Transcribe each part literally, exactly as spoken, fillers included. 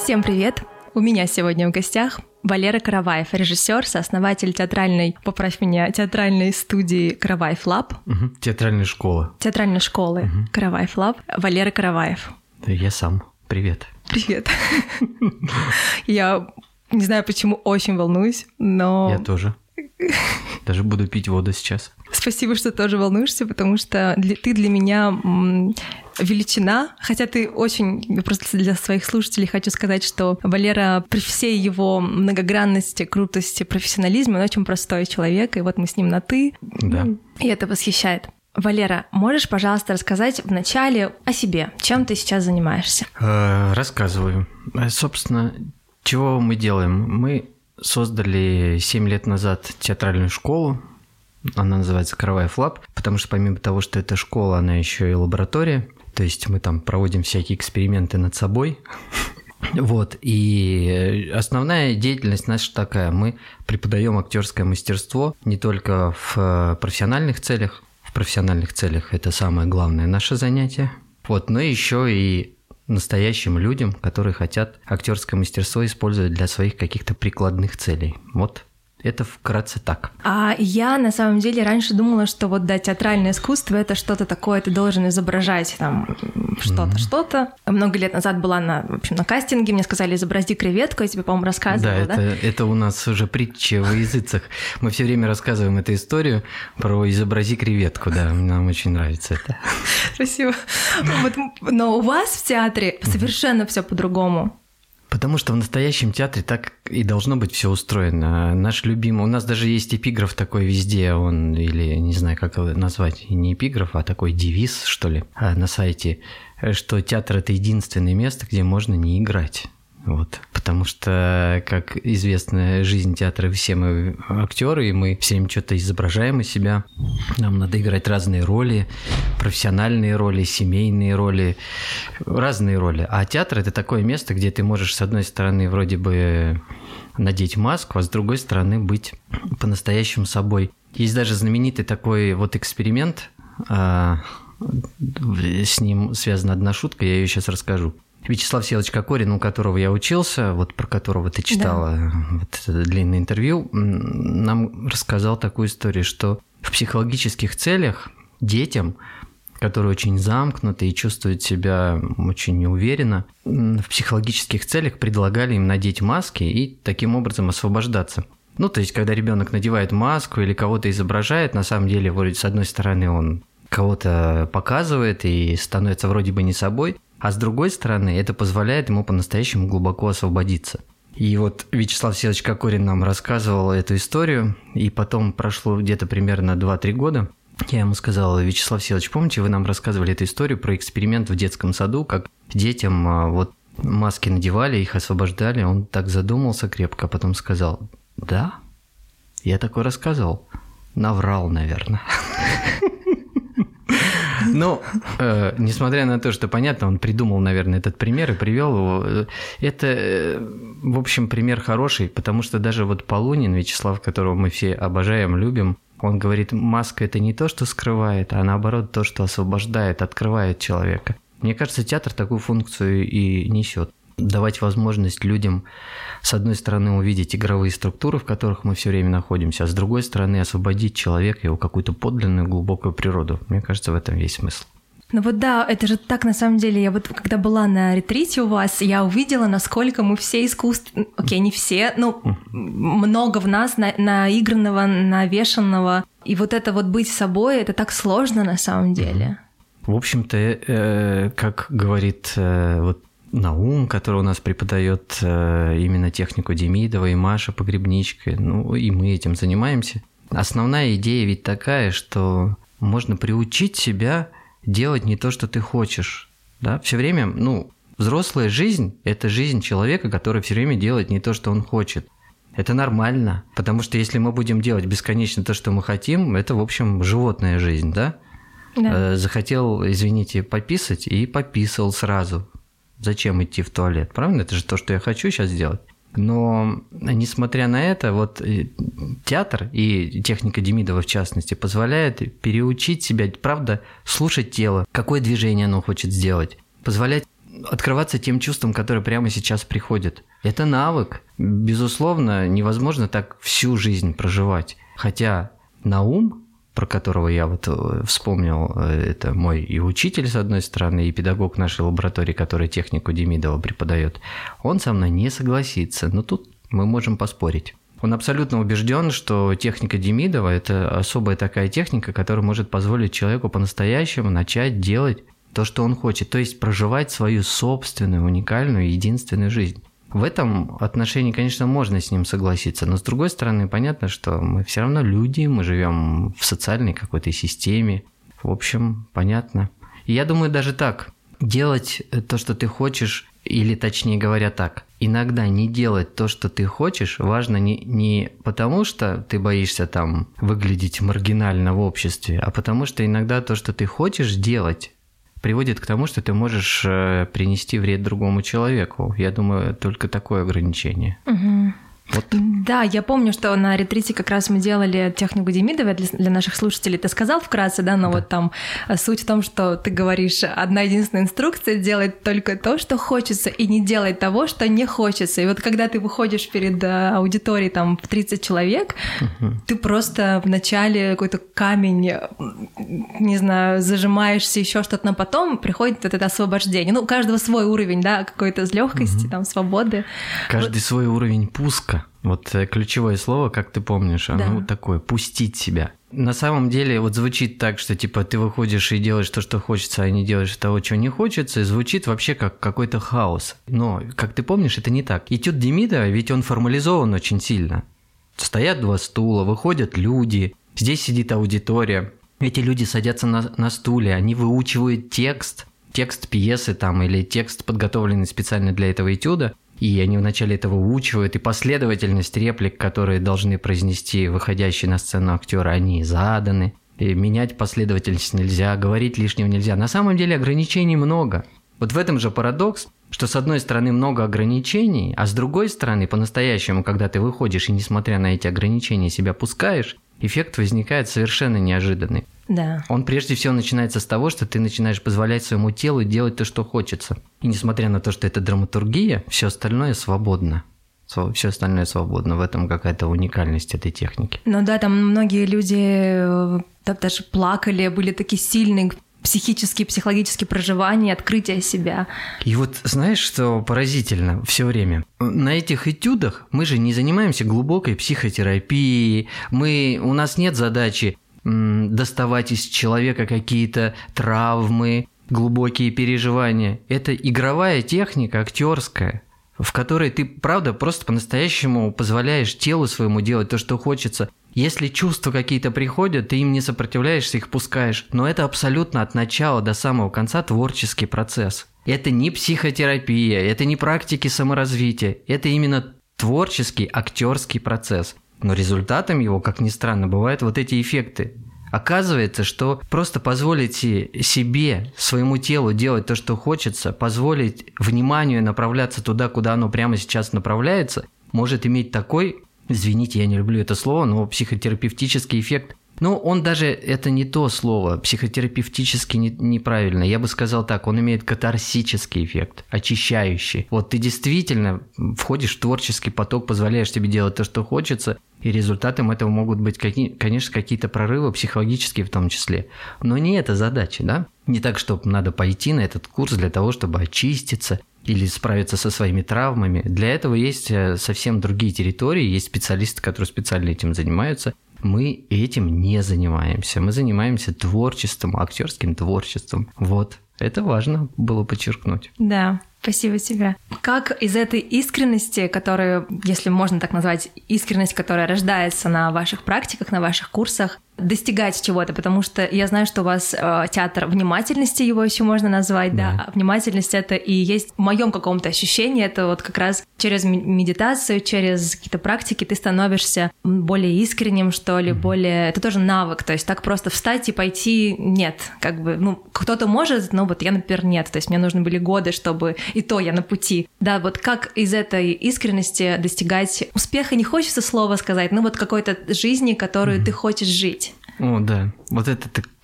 Всем привет! У меня сегодня в гостях Валера Караваев, режиссер, сооснователь театральной, поправь меня, театральной студии Караваев Лаб. Угу. Театральной школы. Театральной школы угу. Караваев Лаб. Валера Караваев. Да, я сам. Привет. Привет. Я не знаю, почему очень волнуюсь, но... Я тоже. Даже буду пить воду сейчас. Спасибо, что тоже волнуешься, потому что для, ты для меня м, величина, хотя ты очень, просто для своих слушателей хочу сказать, что Валера при всей его многогранности, крутости, профессионализме, он очень простой человек, и вот мы с ним на «ты», да. И это восхищает. Валера, можешь, пожалуйста, рассказать вначале о себе? Чем ты сейчас занимаешься? Э, рассказываю. Собственно, чего мы делаем? Мы создали семь лет назад театральную школу. Она называется Караваев Лаб, потому что помимо того, что это школа, она еще и лаборатория. То есть мы там проводим всякие эксперименты над собой. Вот. И основная деятельность наша такая. Мы преподаем актерское мастерство не только в профессиональных целях. В профессиональных целях это самое главное наше занятие. Вот, но еще и настоящим людям, которые хотят актерское мастерство использовать для своих каких-то прикладных целей. Вот это вкратце так. А я на самом деле раньше думала, что вот да, театральное искусство — это что-то такое, ты должен изображать там что-то, mm-hmm. что-то. Много лет назад была на, в общем, на кастинге, мне сказали, изобрази креветку, я тебе, по-моему, рассказывала, да? Да, это, это у нас уже притча во языцах. Мы все время рассказываем эту историю про изобрази креветку, да, нам очень нравится это. Спасибо. Вот, но у вас в театре совершенно все по-другому. Потому что в настоящем театре так и должно быть все устроено. Наш любимый... У нас даже есть эпиграф такой везде, он, или не знаю, как его назвать, не эпиграф, а такой девиз, что ли, на сайте, что театр – это единственное место, где можно не играть. Вот. Потому что, как известно, жизнь театра, все мы актеры, и мы все время что-то изображаем из себя. Нам надо играть разные роли, профессиональные роли, семейные роли, разные роли. А театр – это такое место, где ты можешь, с одной стороны, вроде бы надеть маску, а с другой стороны, быть по-настоящему собой. Есть даже знаменитый такой вот эксперимент, с ним связана одна шутка, я ее сейчас расскажу. Вячеслав Всеволодович Кокорин, у которого я учился, вот про которого ты читала, да. Вот это длинное интервью, нам рассказал такую историю, что в психологических целях детям, которые очень замкнуты и чувствуют себя очень неуверенно, в психологических целях предлагали им надеть маски и таким образом освобождаться. Ну, то есть, когда ребенок надевает маску или кого-то изображает, на самом деле, вроде с одной стороны, он кого-то показывает и становится вроде бы не собой, а с другой стороны, это позволяет ему по-настоящему глубоко освободиться. И вот Вячеслав Всеволодович Кокорин нам рассказывал эту историю, и потом прошло где-то примерно два-три года. Я ему сказал: Вячеслав Всеволодович, помните, вы нам рассказывали эту историю про эксперимент в детском саду, как детям вот маски надевали, их освобождали. Он так задумался крепко, а потом сказал: да, я такое рассказывал. Наврал, наверное. Ну, э, несмотря на то, что, понятно, он придумал, наверное, этот пример и привел его, это, э, в общем, пример хороший, потому что даже вот Полунин, Вячеслав, которого мы все обожаем, любим, он говорит, маска – это не то, что скрывает, а наоборот то, что освобождает, открывает человека. Мне кажется, театр такую функцию и несет. Давать возможность людям, с одной стороны, увидеть игровые структуры, в которых мы все время находимся, а с другой стороны, освободить человека, его какую-то подлинную, глубокую природу. Мне кажется, в этом весь смысл. Ну вот да, это же так на самом деле. Я вот когда была на ретрите у вас, я увидела, насколько мы все искусственные, окей, не все, но много в нас на, наигранного, навешанного. И вот это вот быть собой, это так сложно на самом деле. В общем-то, э, как говорит э, вот Наум, который у нас преподает э, именно технику Демидова, и Маша Погребничка, ну и мы этим занимаемся. Основная идея ведь такая, что можно приучить себя делать не то, что ты хочешь. Да? Все время, ну, взрослая жизнь – это жизнь человека, который все время делает не то, что он хочет. Это нормально, потому что если мы будем делать бесконечно то, что мы хотим, это, в общем, животная жизнь, да? Да. Захотел, извините, пописать и пописал сразу. Зачем идти в туалет? Правильно? Это же то, что я хочу сейчас сделать. Но, несмотря на это, вот театр и техника Демидова, в частности, позволяет переучить себя, правда, слушать тело, какое движение оно хочет сделать, позволять открываться тем чувствам, которые прямо сейчас приходят. Это навык. Безусловно, невозможно так всю жизнь проживать. Хотя Наум, про которого я вот вспомнил, это мой и учитель, с одной стороны, и педагог нашей лаборатории, который технику Демидова преподает, он со мной не согласится. Но тут мы можем поспорить. Он абсолютно убежден, что техника Демидова – это особая такая техника, которая может позволить человеку по-настоящему начать делать то, что он хочет, то есть проживать свою собственную, уникальную, единственную жизнь. В этом отношении, конечно, можно с ним согласиться, но с другой стороны, понятно, что мы все равно люди, мы живем в социальной какой-то системе. В общем, понятно. И я думаю, даже так, делать то, что ты хочешь, или точнее говоря так, иногда не делать то, что ты хочешь, важно не, не потому, что ты боишься там выглядеть маргинально в обществе, а потому что иногда то, что ты хочешь делать, приводит к тому, что ты можешь принести вред другому человеку. Я думаю, только такое ограничение. Угу. Вот. Да, я помню, что на ретрите как раз мы делали технику Демидова для, для наших слушателей. Ты сказал вкратце, да, но да. Вот там суть в том, что ты говоришь, одна единственная инструкция – делать только то, что хочется, и не делать того, что не хочется. И вот когда ты выходишь перед аудиторией там в тридцать человек, угу. Ты просто вначале какой-то камень, не знаю, зажимаешься, еще что-то, но потом приходит вот это освобождение. Ну, у каждого свой уровень, да, какой-то легкости, угу. там, свободы. Каждый вот. Свой уровень пуска. Вот ключевое слово, как ты помнишь, оно да. вот такое, пустить себя. На самом деле вот звучит так, что типа ты выходишь и делаешь то, что хочется, а не делаешь того, чего не хочется, и звучит вообще как какой-то хаос. Но, как ты помнишь, это не так. Этюд Демидова, ведь он формализован очень сильно. Стоят два стула, выходят люди, здесь сидит аудитория. Эти люди садятся на, на стуле, они выучивают текст, текст пьесы там или текст, подготовленный специально для этого этюда. И они вначале этого выучивают, и последовательность реплик, которые должны произнести выходящие на сцену актеры, они заданы. И менять последовательность нельзя, говорить лишнего нельзя. На самом деле ограничений много. Вот в этом же парадокс, что с одной стороны много ограничений, а с другой стороны, по-настоящему, когда ты выходишь и, несмотря на эти ограничения, себя пускаешь, эффект возникает совершенно неожиданный. Да. Он прежде всего начинается с того, что ты начинаешь позволять своему телу делать то, что хочется. И несмотря на то, что это драматургия, все остальное свободно. Все остальное свободно. В этом какая-то уникальность этой техники. Ну да, там многие люди там даже плакали, были такие сильные психические, психологические проживания, открытие себя. И вот знаешь, что поразительно все время? На этих этюдах мы же не занимаемся глубокой психотерапией, мы, у нас нет задачи м, доставать из человека какие-то травмы, глубокие переживания. Это игровая техника, актерская, в которой ты, правда, просто по-настоящему позволяешь телу своему делать то, что хочется. Если чувства какие-то приходят, ты им не сопротивляешься, их пускаешь. Но это абсолютно от начала до самого конца творческий процесс. Это не психотерапия, это не практики саморазвития. Это именно творческий, актерский процесс. Но результатом его, как ни странно, бывают вот эти эффекты. Оказывается, что просто позволить себе, своему телу делать то, что хочется, позволить вниманию направляться туда, куда оно прямо сейчас направляется, может иметь такой, извините, я не люблю это слово, но психотерапевтический эффект. Ну, он даже, это не то слово, психотерапевтически не, неправильно. Я бы сказал так, он имеет катарсический эффект, очищающий. Вот ты действительно входишь в творческий поток, позволяешь себе делать то, что хочется, и результатом этого могут быть, какие, конечно, какие-то прорывы, психологические в том числе. Но не это задача, да? Не так, что надо пойти на этот курс для того, чтобы очиститься или справиться со своими травмами. Для этого есть совсем другие территории, есть специалисты, которые специально этим занимаются. Мы этим не занимаемся. Мы занимаемся творчеством, актерским творчеством. Вот. Это важно было подчеркнуть. Да, спасибо тебе. Как из этой искренности, которую, если можно так назвать, искренность, которая рождается на ваших практиках, на ваших курсах, достигать чего-то? Потому что я знаю, что у вас э, театр внимательности, его еще можно назвать, да. да. Внимательность — это и есть в моем каком-то ощущении, это вот как раз через медитацию, через какие-то практики ты становишься более искренним, что ли, mm-hmm. более... Это тоже навык, то есть так просто встать и пойти нет. Как бы, ну, кто-то может, но вот я, например, нет. То есть мне нужны были годы, чтобы... И то я на пути. Да, вот как из этой искренности достигать успеха, не хочется слова сказать, ну вот какой-то жизни, которую mm-hmm. ты хочешь жить. О, да. Вот это ты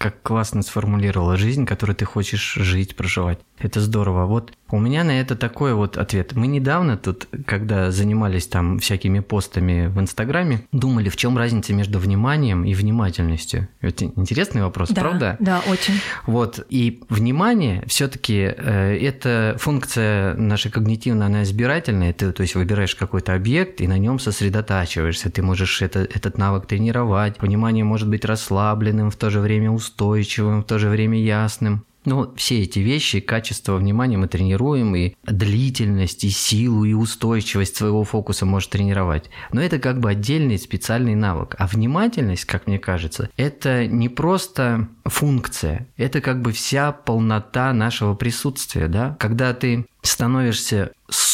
как классно сформулировала, жизнь, которой ты хочешь жить, проживать. Это здорово. Вот у меня на это такой вот ответ. Мы недавно тут, когда занимались там всякими постами в Инстаграме, думали, в чем разница между вниманием и внимательностью. Это интересный вопрос, да, правда? Да, очень. Вот. И внимание все-таки э, это функция наша когнитивная, она избирательная. Ты, то есть, выбираешь какой-то объект и на нем сосредотачиваешься. Ты можешь это, этот навык тренировать. Внимание может быть расслабленным, в то же время устойчивым, в то же время ясным. Ну, все эти вещи, качество внимания мы тренируем, и длительность, и силу, и устойчивость своего фокуса может тренировать. Но это как бы отдельный специальный навык. А внимательность, как мне кажется, это не просто функция, это как бы вся полнота нашего присутствия, да? Когда ты становишься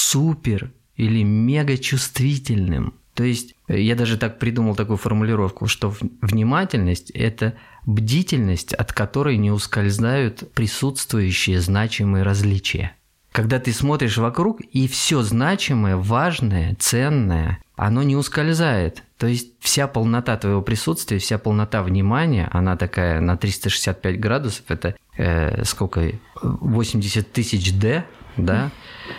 супер или мега чувствительным. То есть я даже так придумал такую формулировку, что внимательность – это бдительность, от которой не ускользают присутствующие значимые различия. Когда ты смотришь вокруг, и все значимое, важное, ценное, оно не ускользает. То есть вся полнота твоего присутствия, вся полнота внимания, она такая на триста шестьдесят пять градусов, это э, сколько, восемьдесят тысяч Д, да?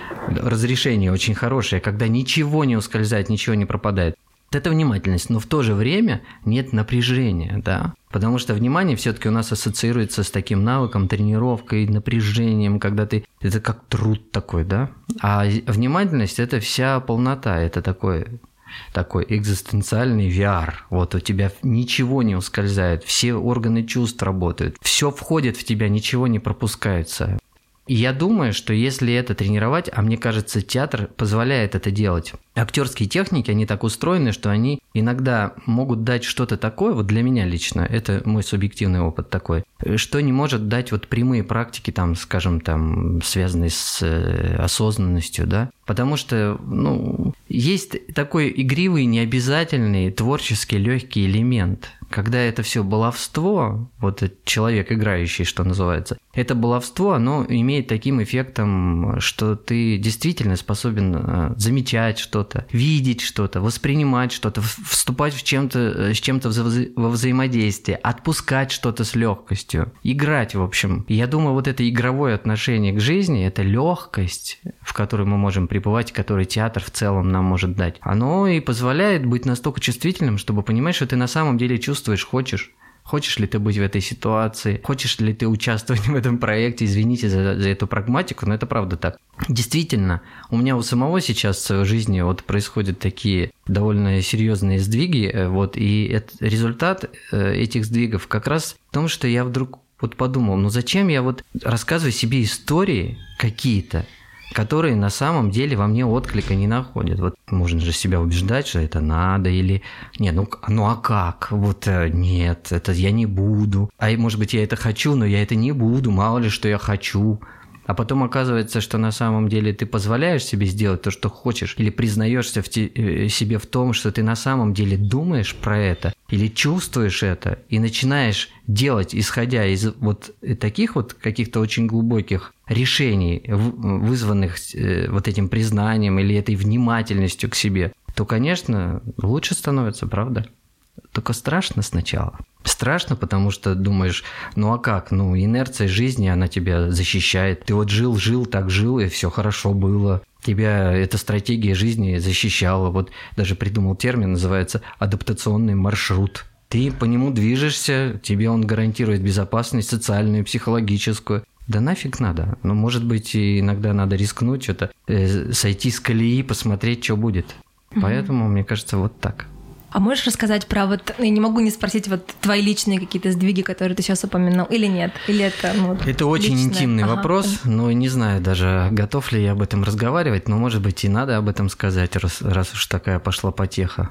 Разрешение очень хорошее, когда ничего не ускользает, ничего не пропадает. Это внимательность, но в то же время нет напряжения, да, потому что внимание все-таки у нас ассоциируется с таким навыком, тренировкой, напряжением, когда ты, это как труд такой, да, а внимательность – это вся полнота, это такой, такой экзистенциальный ви ар, вот у тебя ничего не ускользает, все органы чувств работают, все входит в тебя, ничего не пропускается. И я думаю, что если это тренировать, а мне кажется, театр позволяет это делать. Актерские техники, они так устроены, что они иногда могут дать что-то такое, вот для меня лично, это мой субъективный опыт такой, что не может дать вот прямые практики, там, скажем, там, связанные с осознанностью, да, потому что, ну, есть такой игривый, необязательный, творческий, легкий элемент, когда это все баловство, вот человек играющий, что называется, это баловство, оно имеет таким эффектом, что ты действительно способен замечать что-то, видеть что-то, воспринимать что-то, вступать в чем-то, с чем-то во взаимодействие, отпускать что-то с легкостью, играть, в общем. И я думаю, вот это игровое отношение к жизни, это легкость, в которой мы можем пребывать, которую театр в целом нам может дать, оно и позволяет быть настолько чувствительным, чтобы понимать, что ты на самом деле чувствуешь, хочешь. Хочешь ли ты быть в этой ситуации? Хочешь ли ты участвовать в этом проекте? Извините за, за эту прагматику, но это правда так. Действительно, у меня у самого сейчас в жизни вот происходят такие довольно серьезные сдвиги, вот, и это, результат этих сдвигов как раз в том, что я вдруг вот подумал, ну зачем я вот рассказываю себе истории какие-то, которые на самом деле во мне отклика не находят. Вот можно же себя убеждать, что это надо, или нет, ну, ну а как? Вот нет, это я не буду. А может быть, я это хочу, но я это не буду, мало ли, что я хочу. А потом оказывается, что на самом деле ты позволяешь себе сделать то, что хочешь, или признаешься в те, себе в том, что ты на самом деле думаешь про это, или чувствуешь это, и начинаешь делать, исходя из вот таких вот каких-то очень глубоких решений, вызванных вот этим признанием или этой внимательностью к себе, то, конечно, лучше становится, правда? Только страшно сначала. Страшно, потому что думаешь, ну а как? Ну, инерция жизни, она тебя защищает. Ты вот жил, жил, так жил, и все хорошо было. Тебя эта стратегия жизни защищала. Вот даже придумал термин, называется адаптационный маршрут. Ты по нему движешься, тебе он гарантирует безопасность социальную, психологическую. Да нафиг надо. Ну, может быть, иногда надо рискнуть, что-то э, сойти с колеи, посмотреть, что будет. Mm-hmm. Поэтому, мне кажется, вот так. А можешь рассказать про вот, я не могу не спросить, вот твои личные какие-то сдвиги, которые ты сейчас упомянул, или нет? Или это, ну, это очень личное? Интимный ага. вопрос, но не знаю даже, готов ли я об этом разговаривать, но, может быть, и надо об этом сказать, раз, раз уж такая пошла потеха.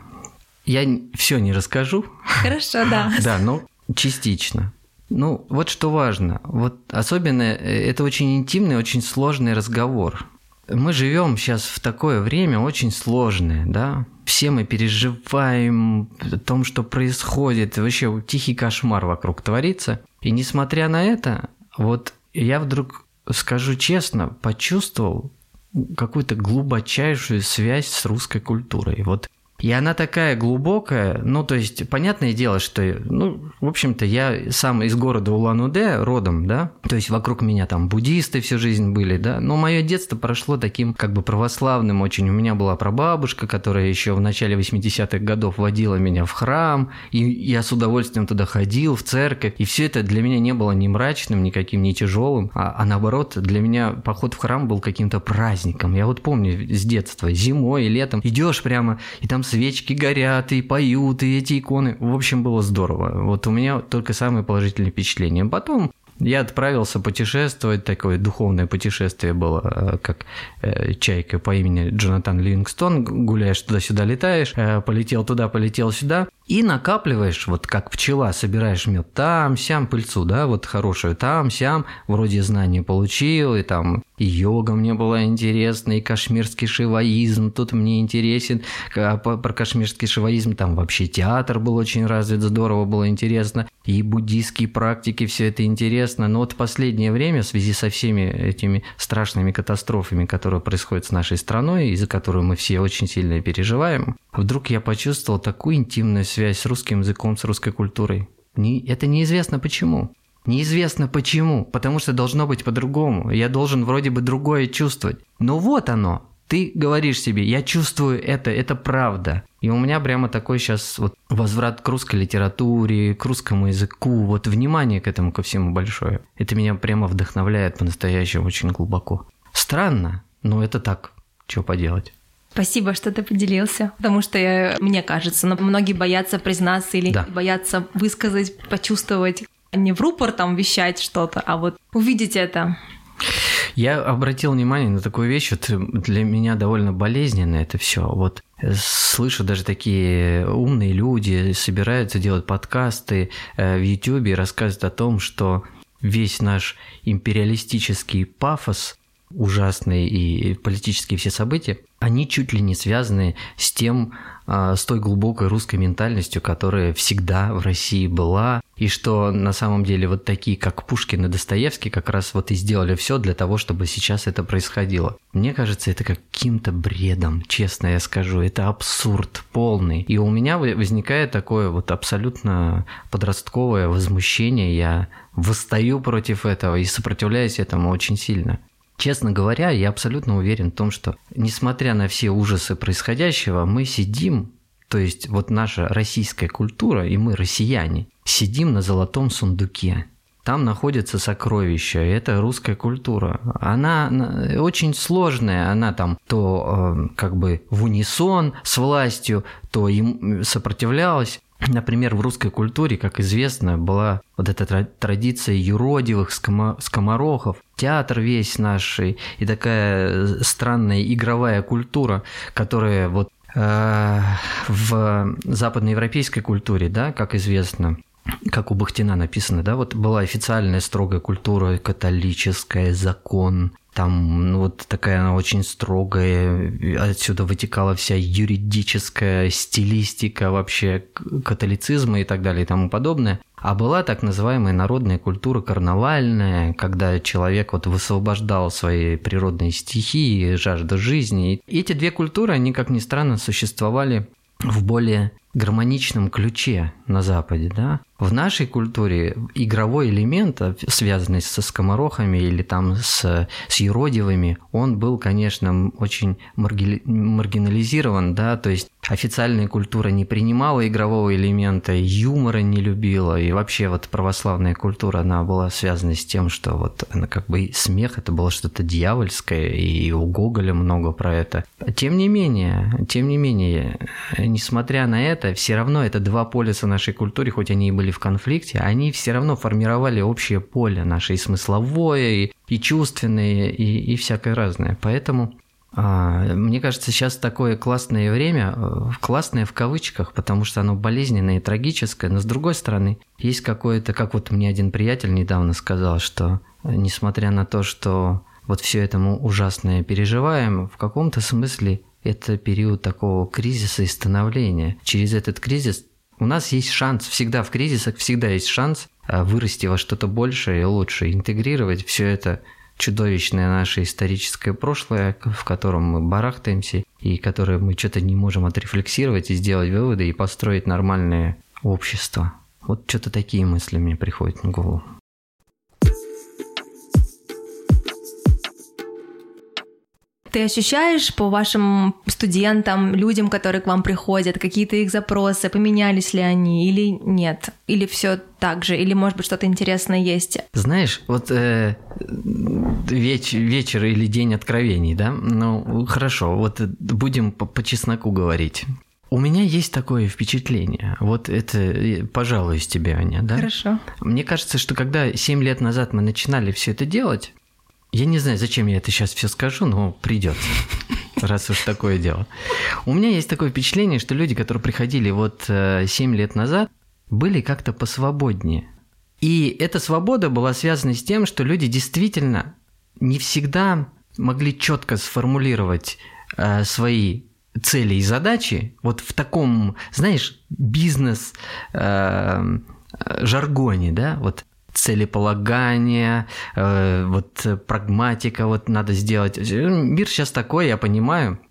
Я все не расскажу. Хорошо, да. Да, ну, частично. Ну, вот что важно. Вот особенно это очень интимный, очень сложный разговор. Мы живем сейчас в такое время очень сложное, да? Все мы переживаем о том, что происходит. Вообще тихий кошмар вокруг творится. И несмотря на это, вот я вдруг, скажу честно, почувствовал какую-то глубочайшую связь с русской культурой. Вот И она такая глубокая, ну, то есть, понятное дело, что, ну, в общем-то, я сам из города Улан-Удэ родом, да, то есть вокруг меня там буддисты всю жизнь были, да, но мое детство прошло таким, как бы, православным очень. У меня была прабабушка, которая еще в начале восьмидесятых годов водила меня в храм, и я с удовольствием туда ходил, в церковь, и все это для меня не было ни мрачным, никаким, ни тяжелым, а, а наоборот, для меня поход в храм был каким-то праздником. Я вот помню с детства, зимой и летом идешь прямо, и там свечки горят, и поют, и эти иконы. В общем, было здорово. Вот у меня только самые положительные впечатления. Потом я отправился путешествовать, такое духовное путешествие было, как чайка по имени Джонатан Ливингстон, гуляешь туда-сюда, летаешь, полетел туда, полетел сюда, и накапливаешь, вот как пчела, собираешь мед там, сям, пыльцу, да, вот хорошую там, сям, вроде знания получил, и там и йога мне была интересна, и кашмирский шиваизм, тут мне интересен, про кашмирский шиваизм, там вообще театр был очень развит, здорово было интересно, и буддийские практики, все это интересно, но вот в последнее время в связи со всеми этими страшными катастрофами, которые происходят с нашей страной, из-за которой мы все очень сильно переживаем, вдруг я почувствовал такую интимную связь с русским языком, с русской культурой. Не, это неизвестно почему. Неизвестно почему, потому что должно быть по-другому. Я должен вроде бы другое чувствовать. Но вот оно. Ты говоришь себе, я чувствую это, это правда. И у меня прямо такой сейчас вот возврат к русской литературе, к русскому языку, вот внимание к этому ко всему большое. Это меня прямо вдохновляет по-настоящему очень глубоко. Странно, но это так, что поделать. Спасибо, что ты поделился, потому что, мне кажется, многие боятся признаться или да. боятся высказать, почувствовать, не в рупор там вещать что-то, а вот увидеть это. Я обратил внимание на такую вещь, вот для меня довольно болезненно это все. Вот слышу даже такие умные люди собираются делать подкасты в Ютубе и рассказывают о том, что весь наш империалистический пафос ужасные и политические все события, они чуть ли не связаны с тем, с той глубокой русской ментальностью, которая всегда в России была, и что на самом деле вот такие, как Пушкин и Достоевский, как раз вот и сделали все для того, чтобы сейчас это происходило. Мне кажется, это каким-то бредом, честно я скажу, это абсурд полный. И у меня возникает такое вот абсолютно подростковое возмущение, я восстаю против этого и сопротивляюсь этому очень сильно. Честно говоря, я абсолютно уверен в том, что, несмотря на все ужасы происходящего, мы сидим, то есть вот наша российская культура, и мы, россияне, сидим на золотом сундуке. Там находятся сокровища, и это русская культура. Она очень сложная, она там то как бы в унисон с властью, то им сопротивлялась. Например, в русской культуре, как известно, была вот эта традиция юродивых скоморохов, театр весь наш, и такая странная игровая культура, которая вот э, в западноевропейской культуре, да, как известно, как у Бахтина написано, да, вот была официальная строгая культура, католическая, закон, там ну, вот такая она очень строгая, отсюда вытекала вся юридическая стилистика вообще католицизма и так далее и тому подобное. А была так называемая народная культура карнавальная, когда человек вот высвобождал свои природные стихии, жажду жизни. И эти две культуры, они, как ни странно, существовали в более гармоничном ключе на Западе, да. В нашей культуре игровой элемент, связанный со скоморохами или там с, с юродивыми, он был, конечно, очень марги... маргинализирован, да, то есть официальная культура не принимала игрового элемента, юмора не любила, и вообще вот православная культура, она была связана с тем, что вот она как бы смех, это было что-то дьявольское, и у Гоголя много про это. Тем не менее, тем не менее, несмотря на это, все равно это два полюса нашей культуры, хоть они и были в конфликте, они все равно формировали общее поле наше и смысловое, и, и чувственное, и, и всякое разное. Поэтому а, мне кажется, сейчас такое классное время, классное в кавычках, потому что оно болезненное и трагическое, но с другой стороны, есть какое-то, как вот мне один приятель недавно сказал, что несмотря на то, что вот все это мы ужасное переживаем, в каком-то смысле это период такого кризиса и становления. Через этот кризис у нас есть шанс, всегда в кризисах всегда есть шанс вырасти во что-то большее и лучше, интегрировать все это, чудовищное наше историческое прошлое, в котором мы барахтаемся, и которое мы что-то не можем отрефлексировать и сделать выводы, и построить нормальное общество. Вот что-то такие мысли мне приходят на голову. Ты ощущаешь по вашим студентам, людям, которые к вам приходят, какие-то их запросы, поменялись ли они или нет? Или все так же? Или, может быть, что-то интересное есть? Знаешь, вот э, веч, вечер или день откровений, да? Ну, хорошо, вот будем по, по чесноку говорить. У меня есть такое впечатление, вот это, пожалуюсь тебе, Аня, да? Хорошо. Мне кажется, что когда семь лет назад мы начинали все это делать, я не знаю, зачем я это сейчас все скажу, но придется, раз уж такое дело. У меня есть такое впечатление, что люди, которые приходили вот семь лет назад, были как-то посвободнее. И эта свобода была связана с тем, что люди действительно не всегда могли четко сформулировать свои цели и задачи вот в таком, знаешь, бизнес-жаргоне, да, вот целеполагание, э, вот прагматика, вот надо сделать. Мир сейчас такой, я понимаю.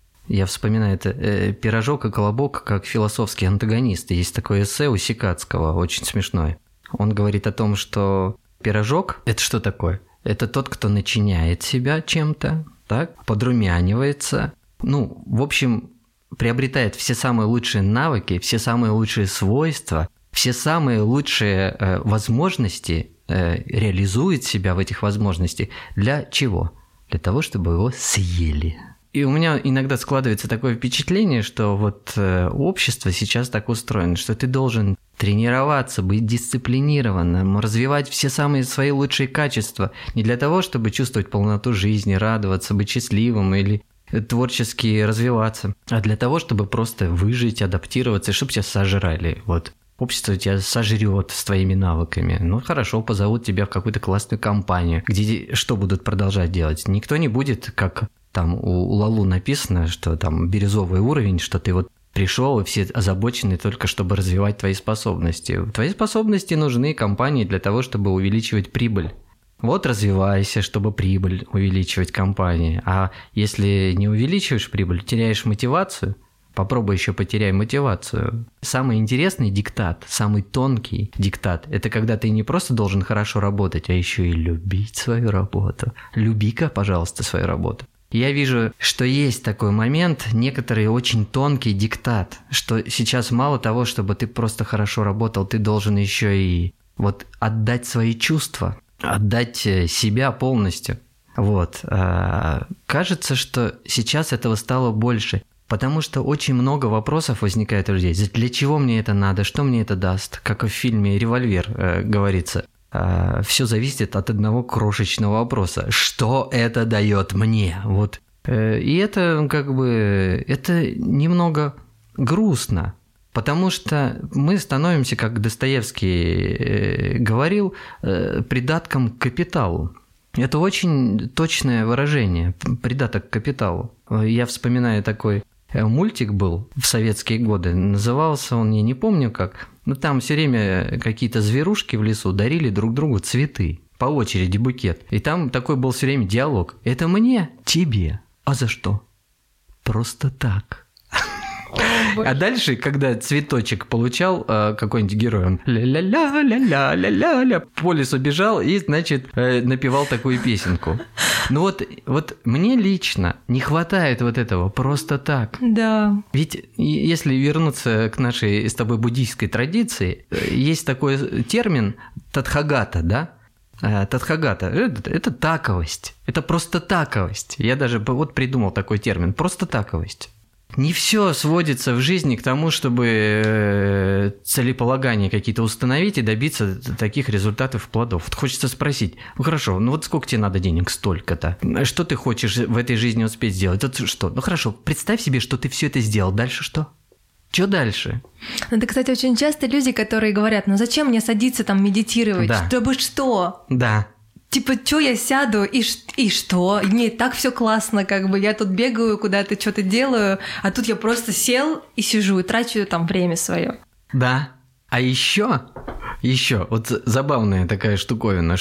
Я вспоминаю это э, «Пирожок и колобок» как философский антагонист. Есть такое эссе у Сикацкого, очень смешное. Он говорит о том, что пирожок – это что такое? Это тот, кто начиняет себя чем-то, так, подрумянивается, ну, в общем, приобретает все самые лучшие навыки, все самые лучшие свойства, все самые лучшие э, возможности, э, реализует себя в этих возможностях. Для чего? Для того, чтобы его съели. И у меня иногда складывается такое впечатление, что вот э, общество сейчас так устроено, что ты должен тренироваться, быть дисциплинированным, развивать все самые свои лучшие качества. Не для того, чтобы чувствовать полноту жизни, радоваться, быть счастливым или творчески развиваться, а для того, чтобы просто выжить, адаптироваться, чтобы тебя сожрали. Вот. Общество тебя сожрет с твоими навыками. Ну, хорошо, позовут тебя в какую-то классную компанию, где что будут продолжать делать? Никто не будет, как там у Лалу написано, что там бирюзовый уровень, что ты вот пришел, и все озабочены только, чтобы развивать твои способности. Твои способности нужны компании для того, чтобы увеличивать прибыль. Вот развивайся, чтобы прибыль увеличивать компании. А если не увеличиваешь прибыль, теряешь мотивацию, попробуй еще потеряй мотивацию. Самый интересный диктат, самый тонкий диктат – это когда ты не просто должен хорошо работать, а еще и любить свою работу. Люби-ка, пожалуйста, свою работу. Я вижу, что есть такой момент, некоторый очень тонкий диктат, что сейчас мало того, чтобы ты просто хорошо работал, ты должен еще и вот отдать свои чувства, отдать себя полностью. Вот. Кажется, что сейчас этого стало больше. Потому что очень много вопросов возникает у людей. Для чего мне это надо? Что мне это даст? Как в фильме «Револьвер» э, говорится. Э, все зависит от одного крошечного вопроса. Что это дает мне? Вот. Э, и это как бы... Это немного грустно. Потому что мы становимся, как Достоевский э, говорил, э, придатком к капиталу. Это очень точное выражение. Придаток к капиталу. Я вспоминаю такой... Мультик был в советские годы, назывался он, я не помню как, но там все время какие-то зверушки в лесу дарили друг другу цветы, по очереди букет. И там такой был все время диалог. Это мне, тебе. А за что? Просто так. А дальше, когда цветочек получал э, какой-нибудь герой, он ля-ля-ля-ля-ля-ля-ля-ля по лесу бежал и, значит, э, напевал такую песенку. Ну вот, вот мне лично не хватает вот этого просто так. Да. Ведь если вернуться к нашей с тобой буддийской традиции, есть такой термин тадхагата, да? Тадхагата – это, это таковость, это просто таковость. Я даже вот придумал такой термин – просто таковость. Не все сводится в жизни к тому, чтобы целеполагания какие-то установить и добиться таких результатов, плодов. Вот хочется спросить, ну хорошо, ну вот сколько тебе надо денег? Столько-то. Что ты хочешь в этой жизни успеть сделать? Это что? Ну хорошо, представь себе, что ты все это сделал. Дальше что? Что дальше? Это, кстати, очень часто люди, которые говорят, ну зачем мне садиться там медитировать? Да. Чтобы что? Да. Типа, что я сяду, и, и что? И мне так все классно, как бы я тут бегаю, куда-то что-то делаю, а тут я просто сел и сижу, и трачу там время свое. Да. А еще, еще, вот забавная такая штуковина, что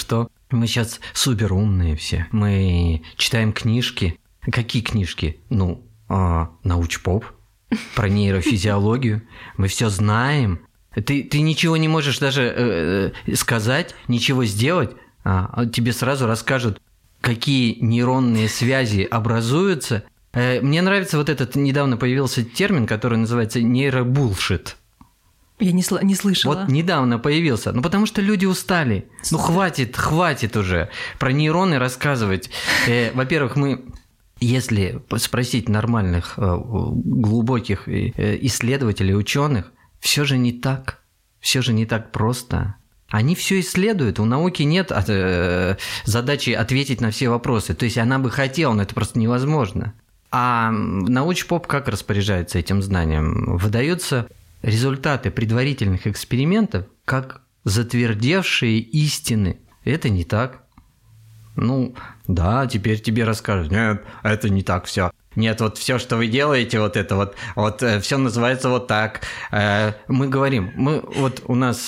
Мы сейчас супер умные все. Мы читаем книжки. Какие книжки? Ну, э, научпоп, про нейрофизиологию. Мы все знаем. Ты, ты ничего не можешь даже э, сказать, ничего сделать. А, тебе сразу расскажут, какие нейронные связи образуются. Э, мне нравится вот этот, недавно появился термин, который называется нейробулшит. Я не, сл- не слышала. Вот недавно появился. Ну, потому что люди устали. Ну, хватит, хватит уже про нейроны рассказывать. Э, во-первых, мы, если спросить нормальных, э, глубоких э, исследователей, ученых, все же не так. Все же не так просто. Они все исследуют. У науки нет э, задачи ответить на все вопросы. То есть она бы хотела, но это просто невозможно. А научпоп как распоряжается этим знанием? Выдаются результаты предварительных экспериментов как затвердевшие истины. Это не так. Ну, да, теперь тебе расскажут. Нет, это не так все. Нет, вот все, что вы делаете, вот это вот, вот все называется вот так. Мы говорим, мы вот у нас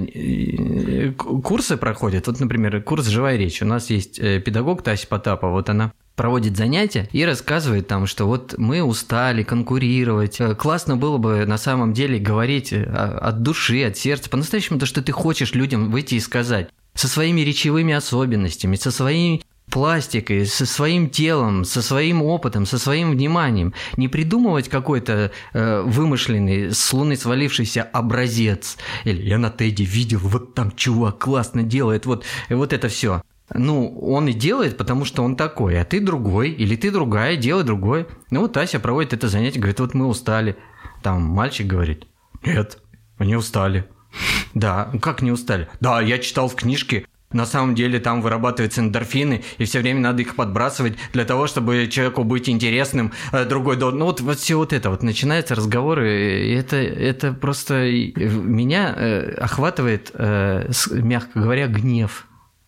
курсы проходят. Вот, например, курс «Живая речь». У нас есть педагог Тася Потапова, вот она проводит занятия и рассказывает там, что вот мы устали конкурировать. Классно было бы на самом деле говорить от души, от сердца, по-настоящему то, что ты хочешь людям выйти и сказать. Со своими речевыми особенностями, со своей пластикой, со своим телом, со своим опытом, со своим вниманием. Не придумывать какой-то э, вымышленный, с луны свалившийся образец. Или я на Теди видел, вот там чувак классно делает, вот, вот это все. Ну, он и делает, потому что он такой, а ты другой, или ты другая, делай другой. Ну, вот Ася проводит это занятие, говорит, вот мы устали. Там мальчик говорит, нет, они устали. Да, как не устали? Да, я читал в книжке, на самом деле там вырабатываются эндорфины, и все время надо их подбрасывать для того, чтобы человеку быть интересным, другой должен... Ну, вот, вот все вот это, вот начинаются разговоры, и это, это просто меня э, охватывает, э, мягко говоря, гнев.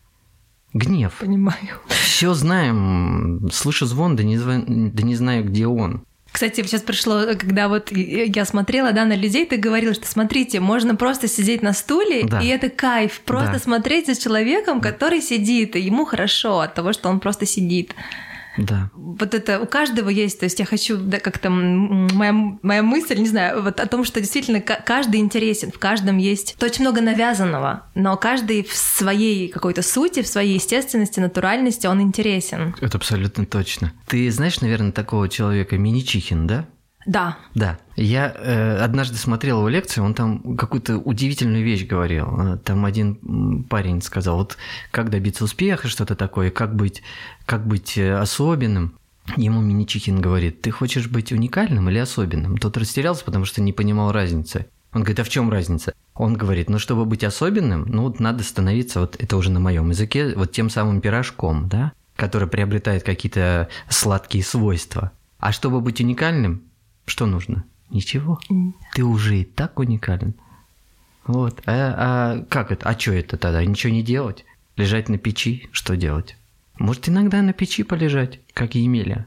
Гнев. Понимаю. Все знаем, слышу звон, да не, да не знаю, где он. Кстати, сейчас пришло, когда вот я смотрела, да, на людей, ты говорил, что смотрите, можно просто сидеть на стуле, да. И это кайф, просто да. Смотреть за человеком, который сидит, и ему хорошо от того, что он просто сидит. Да. Вот это у каждого есть, то есть я хочу, да, как-то моя, моя мысль, не знаю, вот о том, что действительно каждый интересен, в каждом есть то очень много навязанного, но каждый в своей какой-то сути, в своей естественности, натуральности он интересен. Это абсолютно точно. Ты знаешь, наверное, такого человека Миничихин, да? Да. Да. Я э, однажды смотрел его лекцию, он там какую-то удивительную вещь говорил. Там один парень сказал, вот как добиться успеха, что-то такое, как быть, как быть особенным. Ему Миничихин говорит, ты хочешь быть уникальным или особенным? Тот растерялся, потому что не понимал разницы. Он говорит, а в чем разница? Он говорит, ну, чтобы быть особенным, ну, вот надо становиться, вот это уже на моем языке, вот тем самым пирожком, да, который приобретает какие-то сладкие свойства. А чтобы быть уникальным, что нужно? Ничего. Ты уже и так уникален. Вот. А, а как это? А что это тогда? Ничего не делать? Лежать на печи? Что делать? Может, иногда на печи полежать, как Емеля?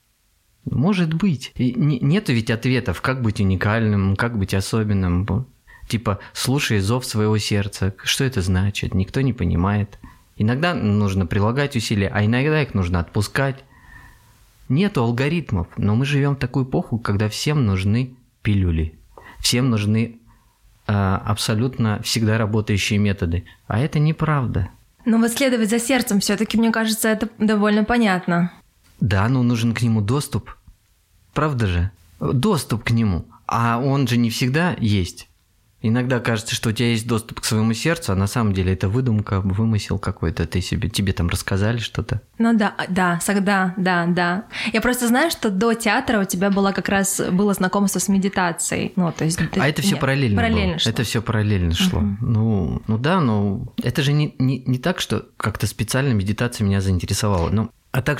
Может быть. И нету ведь ответов, как быть уникальным, как быть особенным. Типа, слушай зов своего сердца. Что это значит? Никто не понимает. Иногда нужно прилагать усилия, а иногда их нужно отпускать. Нету алгоритмов, но мы живем в такую эпоху, когда всем нужны пилюли, всем нужны э, абсолютно всегда работающие методы, а это неправда. Но вот следовать за сердцем все-таки, мне кажется, это довольно понятно. Да, но нужен к нему доступ, правда же? Доступ к нему, а он же не всегда есть. Иногда кажется, что у тебя есть доступ к своему сердцу, а на самом деле это выдумка, вымысел какой-то, ты себе, тебе там рассказали что-то. Ну да, да, да, да, да. Я просто знаю, что до театра у тебя было как раз было знакомство с медитацией. Ну, то есть, а ты... это все параллельно, параллельно было. Шло. Это все параллельно шло. Uh-huh. Ну, ну да, но это же не, не, не так, что как-то специально медитация меня заинтересовала. Ну, а так, что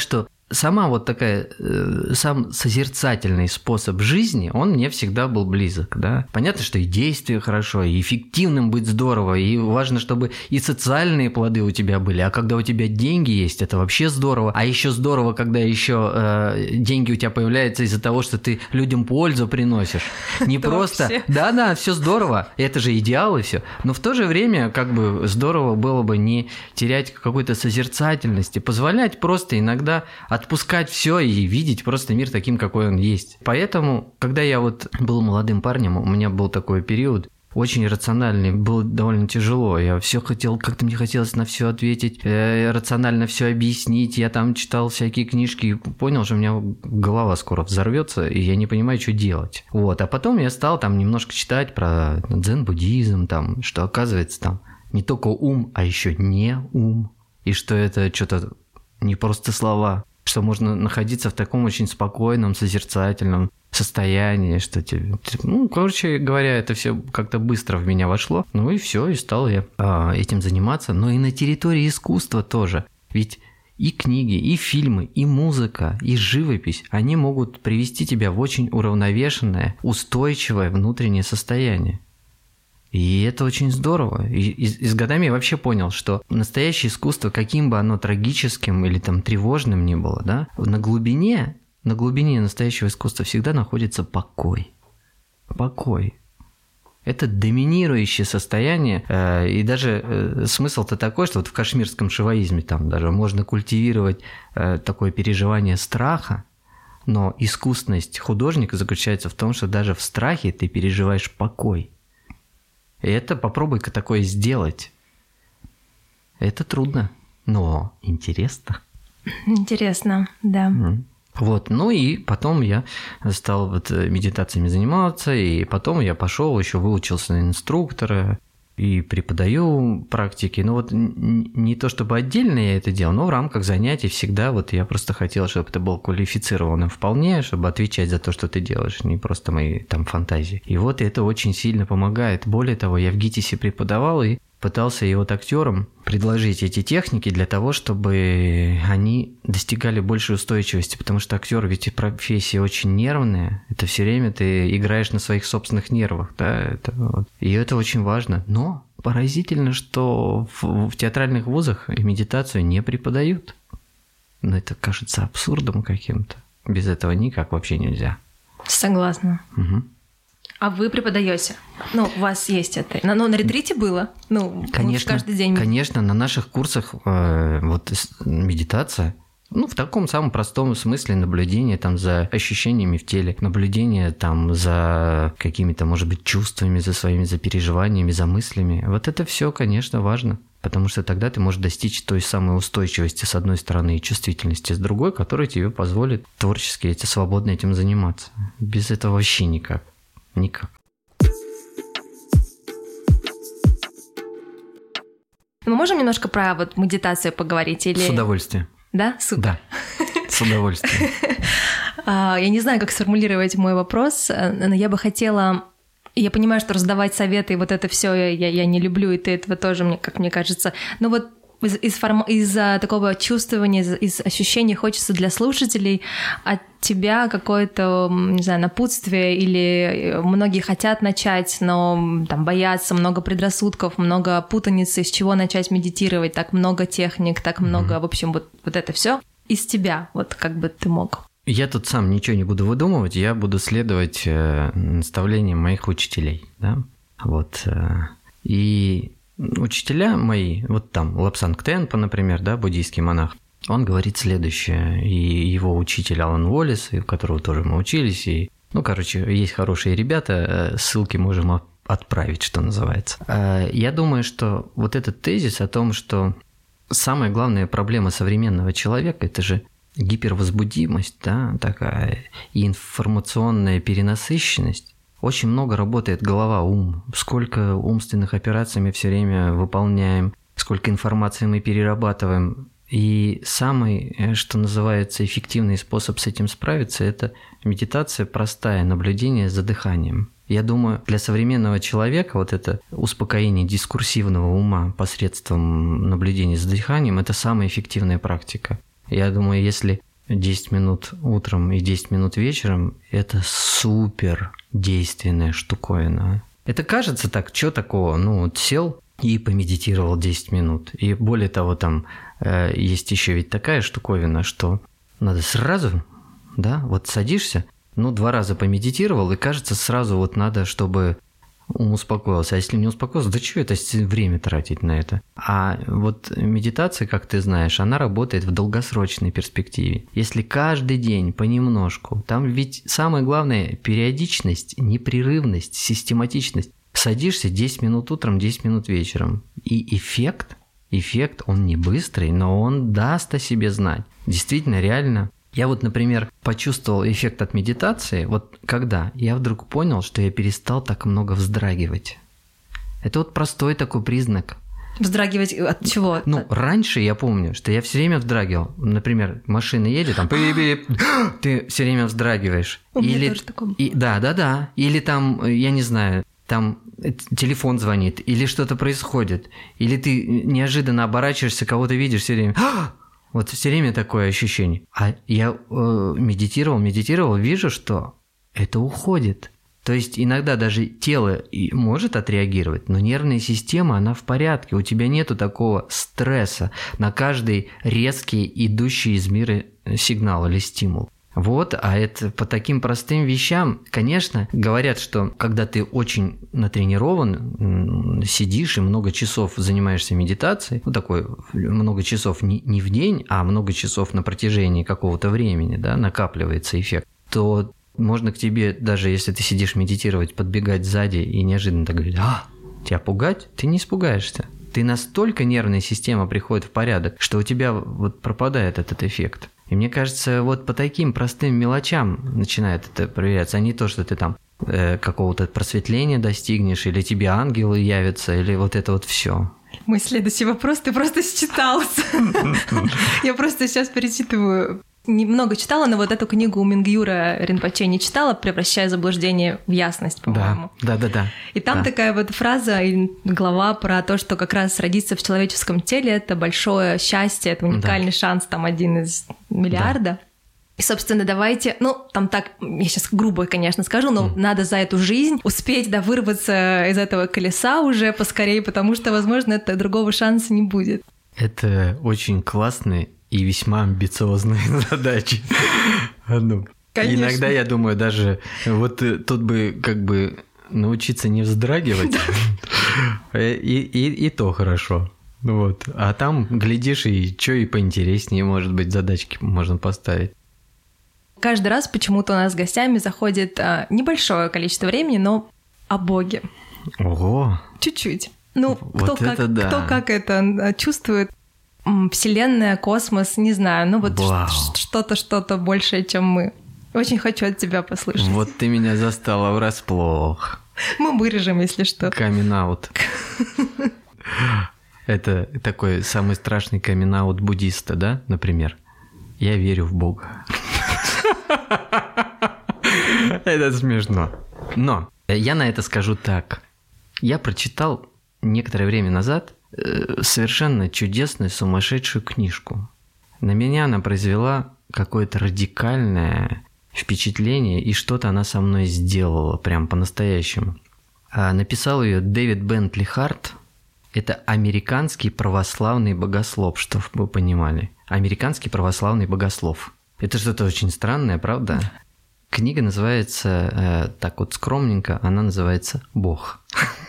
сама вот такая, э, сам созерцательный способ жизни, он мне всегда был близок, да. Понятно, что и действие хорошо, и эффективным быть здорово, и важно, чтобы и социальные плоды у тебя были, а когда у тебя деньги есть, это вообще здорово. А еще здорово, когда еще э, деньги у тебя появляются из-за того, что ты людям пользу приносишь. Не просто... Да-да, все здорово, это же идеал и все. Но в то же время, как бы, здорово было бы не терять какой-то созерцательности, позволять просто иногда отпускать все и видеть просто мир таким, какой он есть. Поэтому, когда я вот был молодым парнем, у меня был такой период, очень рациональный, было довольно тяжело. Я все хотел, как-то мне хотелось на все ответить, э, рационально все объяснить. Я там читал всякие книжки и понял, что у меня голова скоро взорвется, и я не понимаю, что делать. Вот. А потом я стал там немножко читать про дзен-буддизм, там, что оказывается там не только ум, а еще не ум, и что это что-то не просто слова, что можно находиться в таком очень спокойном, созерцательном состоянии, что тебе... Ну, короче говоря, это все как-то быстро в меня вошло. Ну и все, и стал я а, этим заниматься. Но и на территории искусства тоже. Ведь и книги, и фильмы, и музыка, и живопись, они могут привести тебя в очень уравновешенное, устойчивое внутреннее состояние. И это очень здорово. И, и, и с годами я вообще понял, что настоящее искусство, каким бы оно трагическим или там тревожным ни было, да, на глубине, на глубине настоящего искусства всегда находится покой. Покой. Это доминирующее состояние, э, и даже э, смысл-то такой, что вот в кашмирском шиваизме там даже можно культивировать э, такое переживание страха, но искусность художника заключается в том, что даже в страхе ты переживаешь покой. И это попробуй-ка такое сделать. Это трудно, но интересно. Интересно, да. Mm. Вот, ну и потом я стал вот медитациями заниматься, и потом я пошел, еще выучился на инструктора и преподаю практики. Ну вот не то чтобы отдельно я это делал, но в рамках занятий всегда вот я просто хотел, чтобы это было квалифицировано вполне, чтобы отвечать за то, что ты делаешь, не просто мои там фантазии. И вот это очень сильно помогает. Более того, я в ГИТИСе преподавал и пытался и вот актерам предложить эти техники для того, чтобы они достигали большей устойчивости, потому что актер ведь и профессия очень нервная, это все время ты играешь на своих собственных нервах, да, это вот. И это очень важно. Но поразительно, что в, в театральных вузах медитацию не преподают. Но это кажется абсурдом каким-то. Без этого никак вообще нельзя. Согласна. Угу. А вы преподаете? Ну, у вас есть это. Ну, на ретрите было? Ну, конечно, каждый день. Конечно, на наших курсах э, вот медитация, ну, в таком самом простом смысле наблюдение там за ощущениями в теле, наблюдение там за какими-то, может быть, чувствами, за своими, за переживаниями, за мыслями. Вот это все, конечно, важно. Потому что тогда ты можешь достичь той самой устойчивости с одной стороны и чувствительности с другой, которая тебе позволит творчески, эти, свободно этим заниматься. Без этого вообще никак. Никак. Мы можем немножко про вот медитацию поговорить? Или... С удовольствием. Да? Супер. Да, с удовольствием. Я не знаю, как сформулировать мой вопрос, но я бы хотела... Я понимаю, что раздавать советы и вот это все я, я не люблю, и ты этого тоже, мне, как мне кажется. Но вот из, из, форм... из такого чувствования, из, из ощущений хочется для слушателей от тебя какое-то, не знаю, напутствие, или многие хотят начать, но там боятся, много предрассудков, много путаницы, с чего начать медитировать, так много техник, так много, mm-hmm. в общем, вот, вот это все из тебя, вот как бы ты мог. Я тут сам ничего не буду выдумывать, я буду следовать э, наставлениям моих учителей, да, вот, э, и учителя мои, вот там Лапсанг Тенпа, например, да, буддийский монах, он говорит следующее, и его учитель Алан Уоллес, у которого тоже мы учились, и, ну, короче, есть хорошие ребята, ссылки можем отправить, что называется. Я думаю, что вот этот тезис о том, что самая главная проблема современного человека – это же гипервозбудимость, да, такая, и информационная перенасыщенность. Очень много работает голова, ум. Сколько умственных операций мы все время выполняем, сколько информации мы перерабатываем. И самый, что называется, эффективный способ с этим справиться – это медитация простая, наблюдение за дыханием. Я думаю, для современного человека вот это успокоение дискурсивного ума посредством наблюдения за дыханием – это самая эффективная практика. Я думаю, если десять минут утром и десять минут вечером – это супер действенная штуковина. Это кажется так, что такого? Ну, вот сел и помедитировал десять минут. И более того, там э, есть еще ведь такая штуковина, что надо сразу, да, вот садишься, ну, два раза помедитировал, и кажется, сразу вот надо, чтобы ум успокоился. А если не успокоился, да что это время тратить на это? А вот медитация, как ты знаешь, она работает в долгосрочной перспективе. Если каждый день понемножку, там ведь самое главное – периодичность, непрерывность, систематичность. Садишься десять минут утром, десять минут вечером. И эффект, эффект, он не быстрый, но он даст о себе знать. Действительно, реально. Я вот, например, почувствовал эффект от медитации, вот когда я вдруг понял, что я перестал так много вздрагивать. Это вот простой такой признак. Вздрагивать от чего? Ну, раньше я помню, что я все время вздрагивал. Например, машина едет, там ты все время вздрагиваешь. У меня или тоже такое. И, да, да, да. Или там, я не знаю, там телефон звонит, или что-то происходит, или ты неожиданно оборачиваешься, кого-то видишь все время. Вот все время такое ощущение. А я э, медитировал, медитировал, вижу, что это уходит. То есть иногда даже тело и может отреагировать, но нервная система, она в порядке. У тебя нету такого стресса на каждый резкий, идущий из мира сигнал или стимул. Вот, а это по таким простым вещам, конечно, говорят, что когда ты очень натренирован, сидишь и много часов занимаешься медитацией, ну такой много часов не, не в день, а много часов на протяжении какого-то времени, да, накапливается эффект, то можно к тебе, даже если ты сидишь медитировать, подбегать сзади и неожиданно так говорить: а, тебя пугать? Ты не испугаешься. Ты настолько нервная система приходит в порядок, что у тебя вот пропадает этот эффект. И мне кажется, вот по таким простым мелочам начинает это проверяться, а не то, что ты там э, какого-то просветления достигнешь, или тебе ангелы явятся, или вот это вот все. Мой следующий вопрос, ты просто считался. Я просто сейчас перечитываю. Немного читала, но вот эту книгу Мингюра Ринпоче не читала, «Превращая заблуждение в ясность», по-моему. Да, да, да, да. И там да. такая вот фраза, глава про то, что как раз родиться в человеческом теле — это большое счастье, это уникальный да. шанс, там один из миллиарда. Да. И, собственно, давайте, ну, там так, я сейчас грубо, конечно, скажу, но mm. надо за эту жизнь успеть, да, вырваться из этого колеса уже поскорее, потому что, возможно, это другого шанса не будет. Это очень классный и весьма амбициозные задачи. Ну, иногда я думаю, даже вот тут бы как бы научиться не вздрагивать, и, и, и то хорошо. Вот. А там, глядишь, и что и поинтереснее, может быть, задачки можно поставить. Каждый раз почему-то у нас с гостями заходит а, небольшое количество времени, но о Боге. Ого! Чуть-чуть. Ну, вот кто, как, да. кто как это чувствует. Вселенная, космос, не знаю, ну вот Вау. что-то, что-то большее, чем мы. Очень хочу от тебя послышать. Вот ты меня застала врасплох. Мы вырежем, если что. Камин-аут. Это такой самый страшный камин-аут буддиста, да, например? Я верю в Бога. Это смешно. Но я на это скажу так. Я прочитал некоторое время назад совершенно чудесную, сумасшедшую книжку. На меня она произвела какое-то радикальное впечатление, и что-то она со мной сделала, прям по-настоящему. Написал ее Дэвид Бентли Харт. Это американский православный богослов, чтобы вы понимали. Американский православный богослов. Это что-то очень странное, правда? Книга называется, так вот скромненько, она называется «Бог».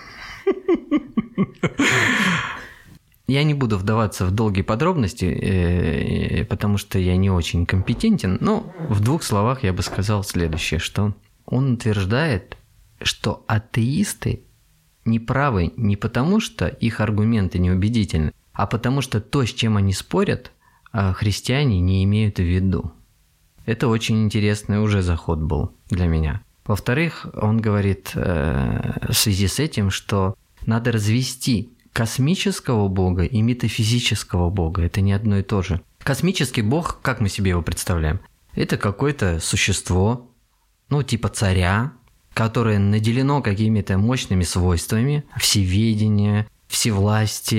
Я не буду вдаваться в долгие подробности, потому что я не очень компетентен, но в двух словах я бы сказал следующее, что он утверждает, что атеисты не правы не потому, что их аргументы неубедительны, а потому что то, с чем они спорят, христиане не имеют в виду. Это очень интересный уже заход был для меня. Во-вторых, он говорит в связи с этим, что надо развести космического бога и метафизического бога. Это не одно и то же. Космический бог, как мы себе его представляем? Это какое-то существо, ну, типа царя, которое наделено какими-то мощными свойствами, всеведение, всевластие,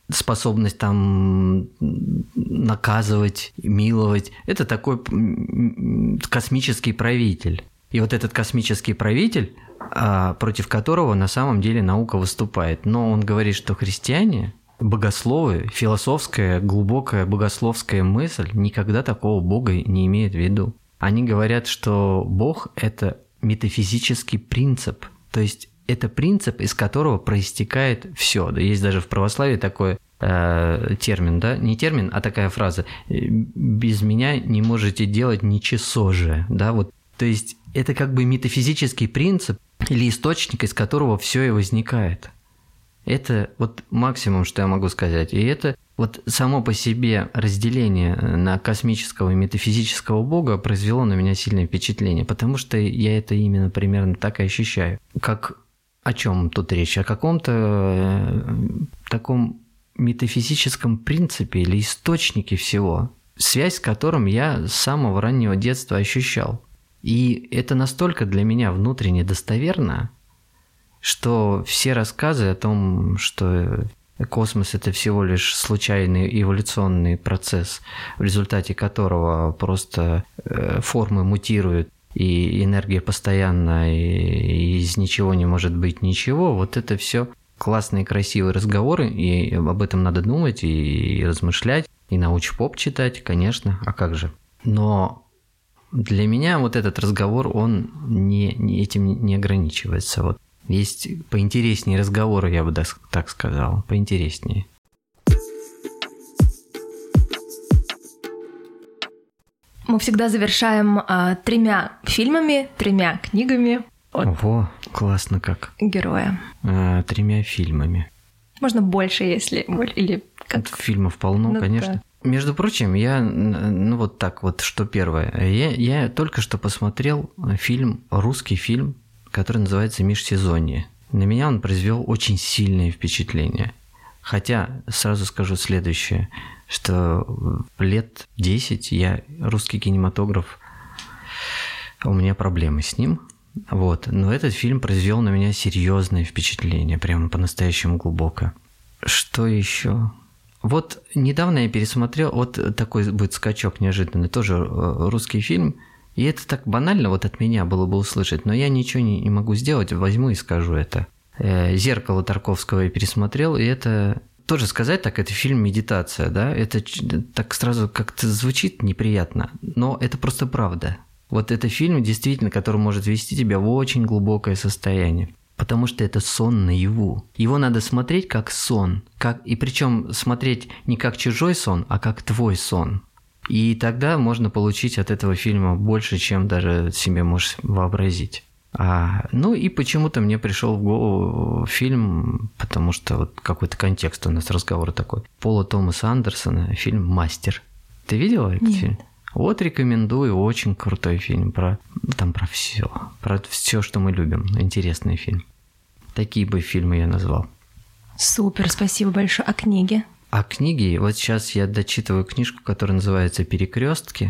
способность там наказывать, миловать. Это такой космический правитель. И вот этот космический правитель, против которого на самом деле наука выступает. Но он говорит, что христиане, богословы, философская, глубокая богословская мысль никогда такого Бога не имеет в виду. Они говорят, что Бог – это метафизический принцип, то есть это принцип, из которого проистекает все. Есть даже в православии такой э, термин, да, не термин, а такая фраза: «Без меня не можете делать ничего же», да, вот. То есть это как бы метафизический принцип или источник, из которого все и возникает. Это вот максимум, что я могу сказать. И это вот само по себе разделение на космического и метафизического бога произвело на меня сильное впечатление, потому что я это именно примерно так и ощущаю. Как о чем тут речь? О каком-то э, таком метафизическом принципе или источнике всего, связь с которым я с самого раннего детства ощущал. И это настолько для меня внутренне достоверно, что все рассказы о том, что космос – это всего лишь случайный эволюционный процесс, в результате которого просто формы мутируют, и энергия постоянно, и из ничего не может быть ничего, вот это все классные, красивые разговоры, и об этом надо думать, и размышлять, и научпоп читать, конечно, а как же. Но для меня вот этот разговор, он не, не, этим не ограничивается. Вот. Есть поинтереснее разговоры, я бы так сказал, поинтереснее. Мы всегда завершаем а, тремя фильмами, тремя книгами от Ого, классно как. Героя. А, тремя фильмами. Можно больше, если... Или как... Фильмов полно, ну, конечно. Да. Между прочим, я, ну вот так вот, что первое. Я, я только что посмотрел фильм, русский фильм, который называется «Межсезонье». На меня он произвел очень сильное впечатление. Хотя, сразу скажу следующее, что лет десять я русский кинематограф, у меня проблемы с ним. Вот. Но этот фильм произвел на меня серьезное впечатление, прямо по-настоящему глубокое. Что еще? Вот недавно я пересмотрел, вот такой будет скачок неожиданный, тоже русский фильм, и это так банально вот от меня было бы услышать, но я ничего не, не могу сделать, возьму и скажу это. «Зеркало» Тарковского я пересмотрел, и это тоже сказать так, это фильм «Медитация», да, это так сразу как-то звучит неприятно, но это просто правда. Вот это фильм, действительно, который может ввести тебя в очень глубокое состояние. Потому что это сон наяву. Его надо смотреть как сон. Как... И причем смотреть не как чужой сон, а как твой сон. И тогда можно получить от этого фильма больше, чем даже себе можешь вообразить. А, ну и почему-то мне пришел в голову фильм, потому что вот какой-то контекст у нас разговора такой. Пола Томаса Андерсона, фильм «Мастер». Ты видела этот Нет. фильм? Вот рекомендую, очень крутой фильм про там про все, про все, что мы любим, интересный фильм. Такие бы фильмы я назвал. Супер, спасибо большое. А книги? А книги, вот сейчас я дочитываю книжку, которая называется «Перекрестки».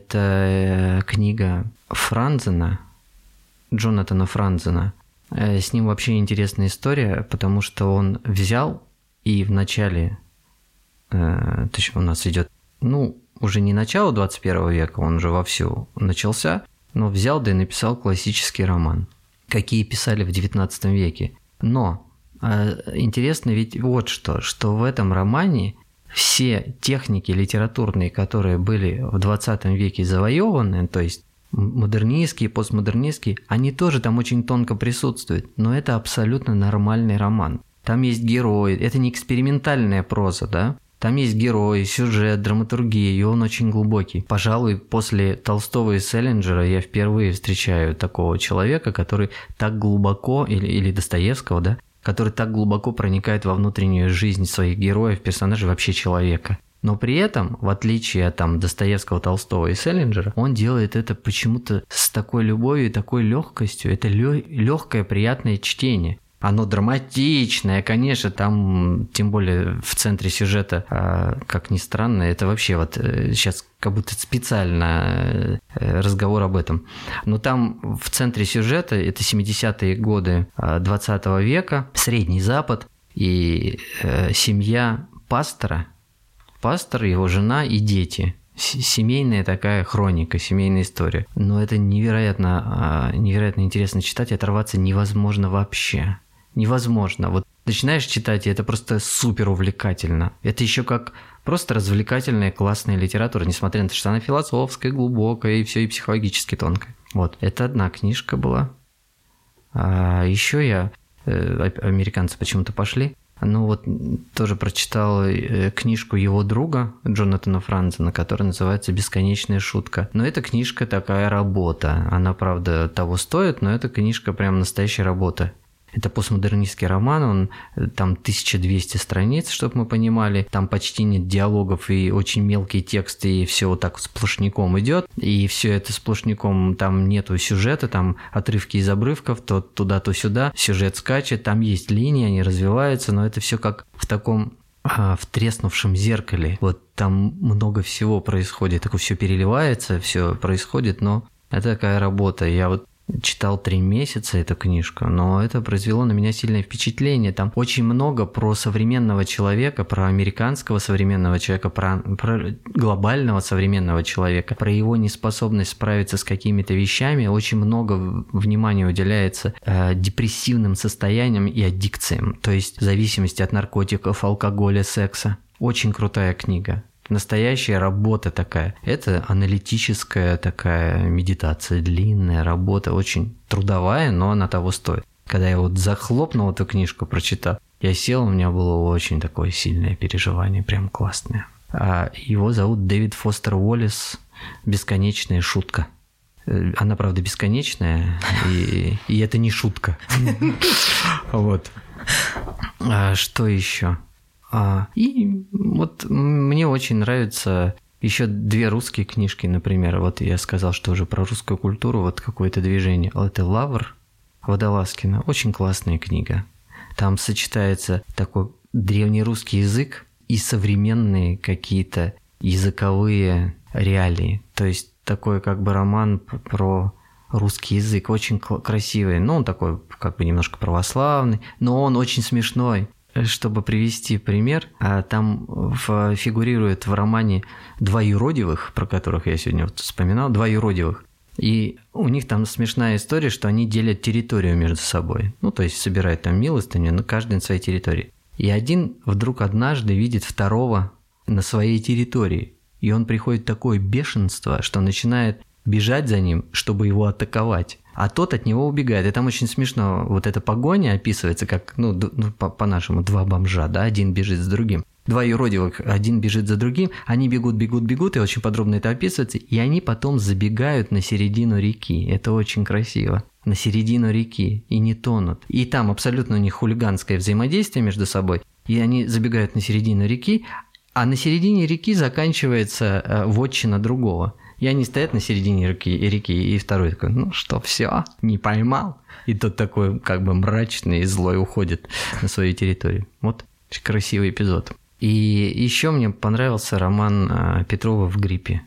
Это книга Франзена, Джонатана Франзена. С ним вообще интересная история, потому что он взял и в начале, точнее, у нас идет, ну, уже не начало двадцать первого века, он уже вовсю начался, но взял да и написал классический роман, какие писали в девятнадцатом веке. Но э, интересно ведь вот что, что в этом романе все техники литературные, которые были в двадцатом веке завоеваны, то есть модернистские, постмодернистские, они тоже там очень тонко присутствуют, но это абсолютно нормальный роман. Там есть герои, это не экспериментальная проза, да? Там есть герои, сюжет, драматургия, и он очень глубокий. Пожалуй, после Толстого и Селлинджера я впервые встречаю такого человека, который так глубоко, или, или Достоевского, да, который так глубоко проникает во внутреннюю жизнь своих героев, персонажей, вообще человека. Но при этом, в отличие от там, Достоевского, Толстого и Селлинджера, он делает это почему-то с такой любовью и такой легкостью. Это легкое, приятное чтение. Оно драматичное, конечно, там, тем более в центре сюжета, как ни странно, это вообще вот сейчас как будто специально разговор об этом. Но там в центре сюжета это семидесятые годы двадцатого века, Средний Запад и семья пастора, пастор, его жена и дети. Семейная такая хроника, семейная история. Но это невероятно, невероятно интересно читать, и оторваться невозможно вообще. Невозможно. Вот начинаешь читать, и это просто супер увлекательно. Это еще как просто развлекательная, классная литература, несмотря на то, что она философская, глубокая, и все и психологически тонкая. Вот. Это одна книжка была. А еще я... Американцы почему-то пошли. Ну вот тоже прочитал книжку его друга Джонатана Франзена, которая называется «Бесконечная шутка». Но эта книжка такая работа. Она, правда, того стоит, но эта книжка прям настоящая работа. Это постмодернистский роман, он там тысяча двести страниц, чтобы мы понимали. Там почти нет диалогов и очень мелкие тексты, и все вот так сплошняком идет. И все это сплошняком, там нету сюжета, там отрывки из обрывков, то туда, то сюда. Сюжет скачет, там есть линии, они развиваются, но это все как в таком а, в треснувшем зеркале. Вот там много всего происходит, такое все переливается, все происходит, но это такая работа. Я вот читал три месяца эту книжку, но это произвело на меня сильное впечатление. Там очень много про современного человека, про американского современного человека, про, про глобального современного человека, про его неспособность справиться с какими-то вещами. Очень много внимания уделяется э, депрессивным состояниям и аддикциям, то есть зависимости от наркотиков, алкоголя, секса. Очень крутая книга. Настоящая работа такая. Это аналитическая такая медитация, длинная работа, очень трудовая, но она того стоит. Когда я вот захлопнул эту книжку, прочитал, я сел, у меня было очень такое сильное переживание, прям классное. А его зовут Дэвид Фостер Уоллес «Бесконечная шутка». Она, правда, бесконечная, и, и это не шутка. Вот. Что еще? А, и вот мне очень нравятся еще две русские книжки, например. Вот я сказал, что уже про русскую культуру, вот какое-то движение. Это «Лавр» Водолазкина. Очень классная книга. Там сочетается такой древнерусский язык и современные какие-то языковые реалии. То есть такой как бы роман про русский язык. Очень красивый. Ну, он такой как бы немножко православный, но он очень смешной. Чтобы привести пример, там фигурирует в романе два юродивых, про которых я сегодня вот вспоминал, два юродивых. И у них там смешная история, что они делят территорию между собой. Ну, то есть собирают там милостыню, но каждый на своей территории. И один вдруг однажды видит второго на своей территории. И он приходит в такое бешенство, что начинает бежать за ним, чтобы его атаковать. А тот от него убегает. И там очень смешно, вот эта погоня описывается как, ну, ну по-нашему, два бомжа, да, один бежит за другим. Два юродивых, один бежит за другим, они бегут, бегут, бегут, и очень подробно это описывается, и они потом забегают на середину реки. Это очень красиво. На середину реки, и не тонут. И там абсолютно у них хулиганское взаимодействие между собой, и они забегают на середину реки, а на середине реки заканчивается вотчина другого. И они стоят на середине реки, реки, и второй такой, ну что, все, не поймал. И тот такой как бы мрачный и злой уходит на свою территорию. Вот очень красивый эпизод. И еще мне понравился роман Петрова «В гриппе».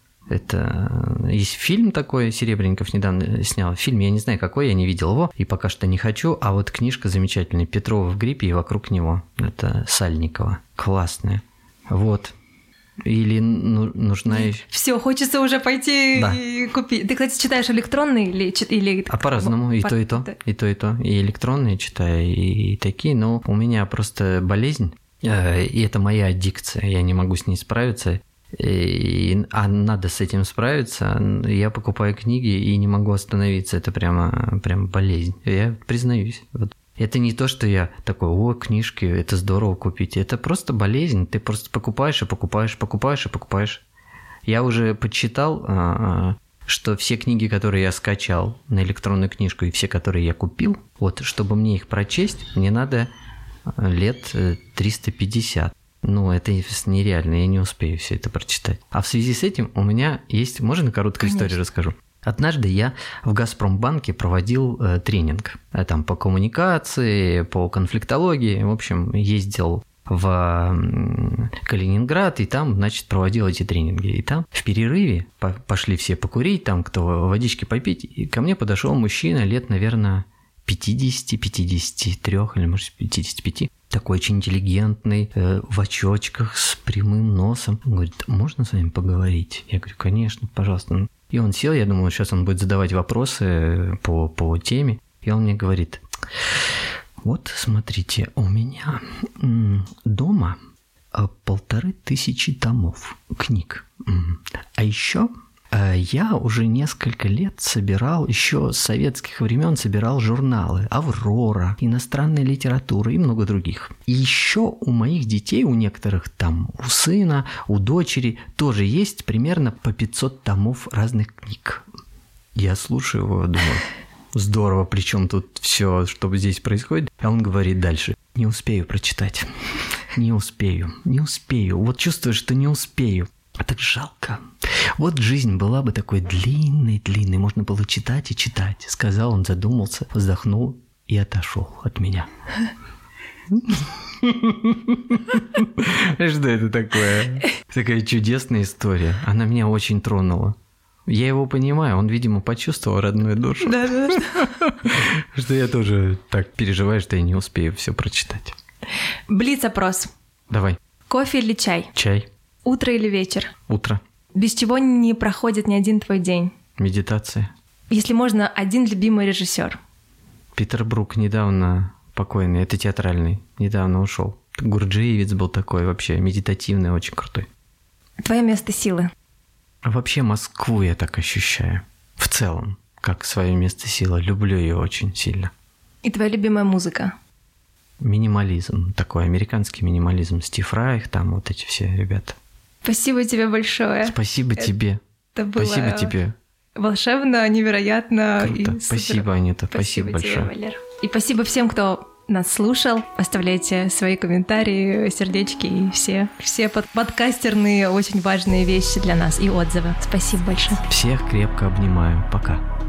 Это есть фильм такой, Серебренников недавно снял. Фильм, я не знаю какой, я не видел его, и пока что не хочу. А вот книжка замечательная, Петрова «В гриппе» и «Вокруг него». Это Сальникова. Классная. Вот. Или ну, нужна... Все, хочется уже пойти да. и купить. Ты, кстати, читаешь электронные или... или... А по-разному, и По... то, и то, и то, и то. И электронные читаю, и такие, но у меня просто болезнь, и это моя аддикция, я не могу с ней справиться, и... а надо с этим справиться, я покупаю книги и не могу остановиться, это прямо, прямо болезнь, я признаюсь, вот. Это не то, что я такой, о, книжки, это здорово купить. Это просто болезнь. Ты просто покупаешь и покупаешь, покупаешь и покупаешь. Я уже подсчитал, что все книги, которые я скачал на электронную книжку, и все, которые я купил, вот, чтобы мне их прочесть, мне надо лет триста пятьдесят. Ну, это нереально, я не успею все это прочитать. А в связи с этим у меня есть... Можно короткую Конечно. историю расскажу? Однажды я в «Газпромбанке» проводил э, тренинг э, там, по коммуникации, по конфликтологии. В общем, ездил в э, Калининград и там, значит, проводил эти тренинги. И там в перерыве по- пошли все покурить, там кто водички попить. И ко мне подошел мужчина лет, наверное, пятьдесят, пятьдесят три или, может, пятьдесят пять. такой очень интеллигентный, э, в очочках, с прямым носом. Он говорит, можно с вами поговорить? Я говорю, конечно, пожалуйста. И он сел, я думал, сейчас он будет задавать вопросы по, по теме. И он мне говорит, вот, смотрите, у меня дома полторы тысячи томов книг. А еще я уже несколько лет собирал, еще с советских времен собирал журналы «Аврора», иностранная литература и много других. И еще у моих детей, у некоторых там, у сына, у дочери тоже есть примерно по пятьсот томов разных книг. Я слушаю его, думаю, здорово, причем тут все, что здесь происходит. А он говорит дальше, не успею прочитать, не успею, не успею. Вот чувствую, что не успею. А так жалко. Вот жизнь была бы такой длинной-длинной, можно было читать и читать. Сказал он, задумался, вздохнул и отошел от меня. Что это такое? Такая чудесная история. Она меня очень тронула. Я его понимаю, он, видимо, почувствовал родную душу. Да, да. Что я тоже так переживаю, что я не успею все прочитать. Блиц-опрос. Давай. Кофе или чай? Чай. Утро или вечер? Утро. Без чего не проходит ни один твой день? Медитация. Если можно, один любимый режиссер. Питер Брук недавно покойный, это театральный, недавно ушел. Гурджиевец был такой вообще медитативный, очень крутой. Твое место силы. А вообще Москву я так ощущаю. В целом, как свое место силы. Люблю ее очень сильно. И твоя любимая музыка? Минимализм. Такой американский минимализм. Стив Райх, там вот эти все ребята. Спасибо тебе большое. Спасибо это тебе. Это было спасибо тебе. Волшебно, невероятно. Круто. И спасибо, Анита. Спасибо, спасибо большое. тебе, Валер. И спасибо всем, кто нас слушал. Оставляйте свои комментарии, сердечки и все, все под, подкастерные очень важные вещи для нас и отзывы. Спасибо большое. Всех крепко обнимаю. Пока.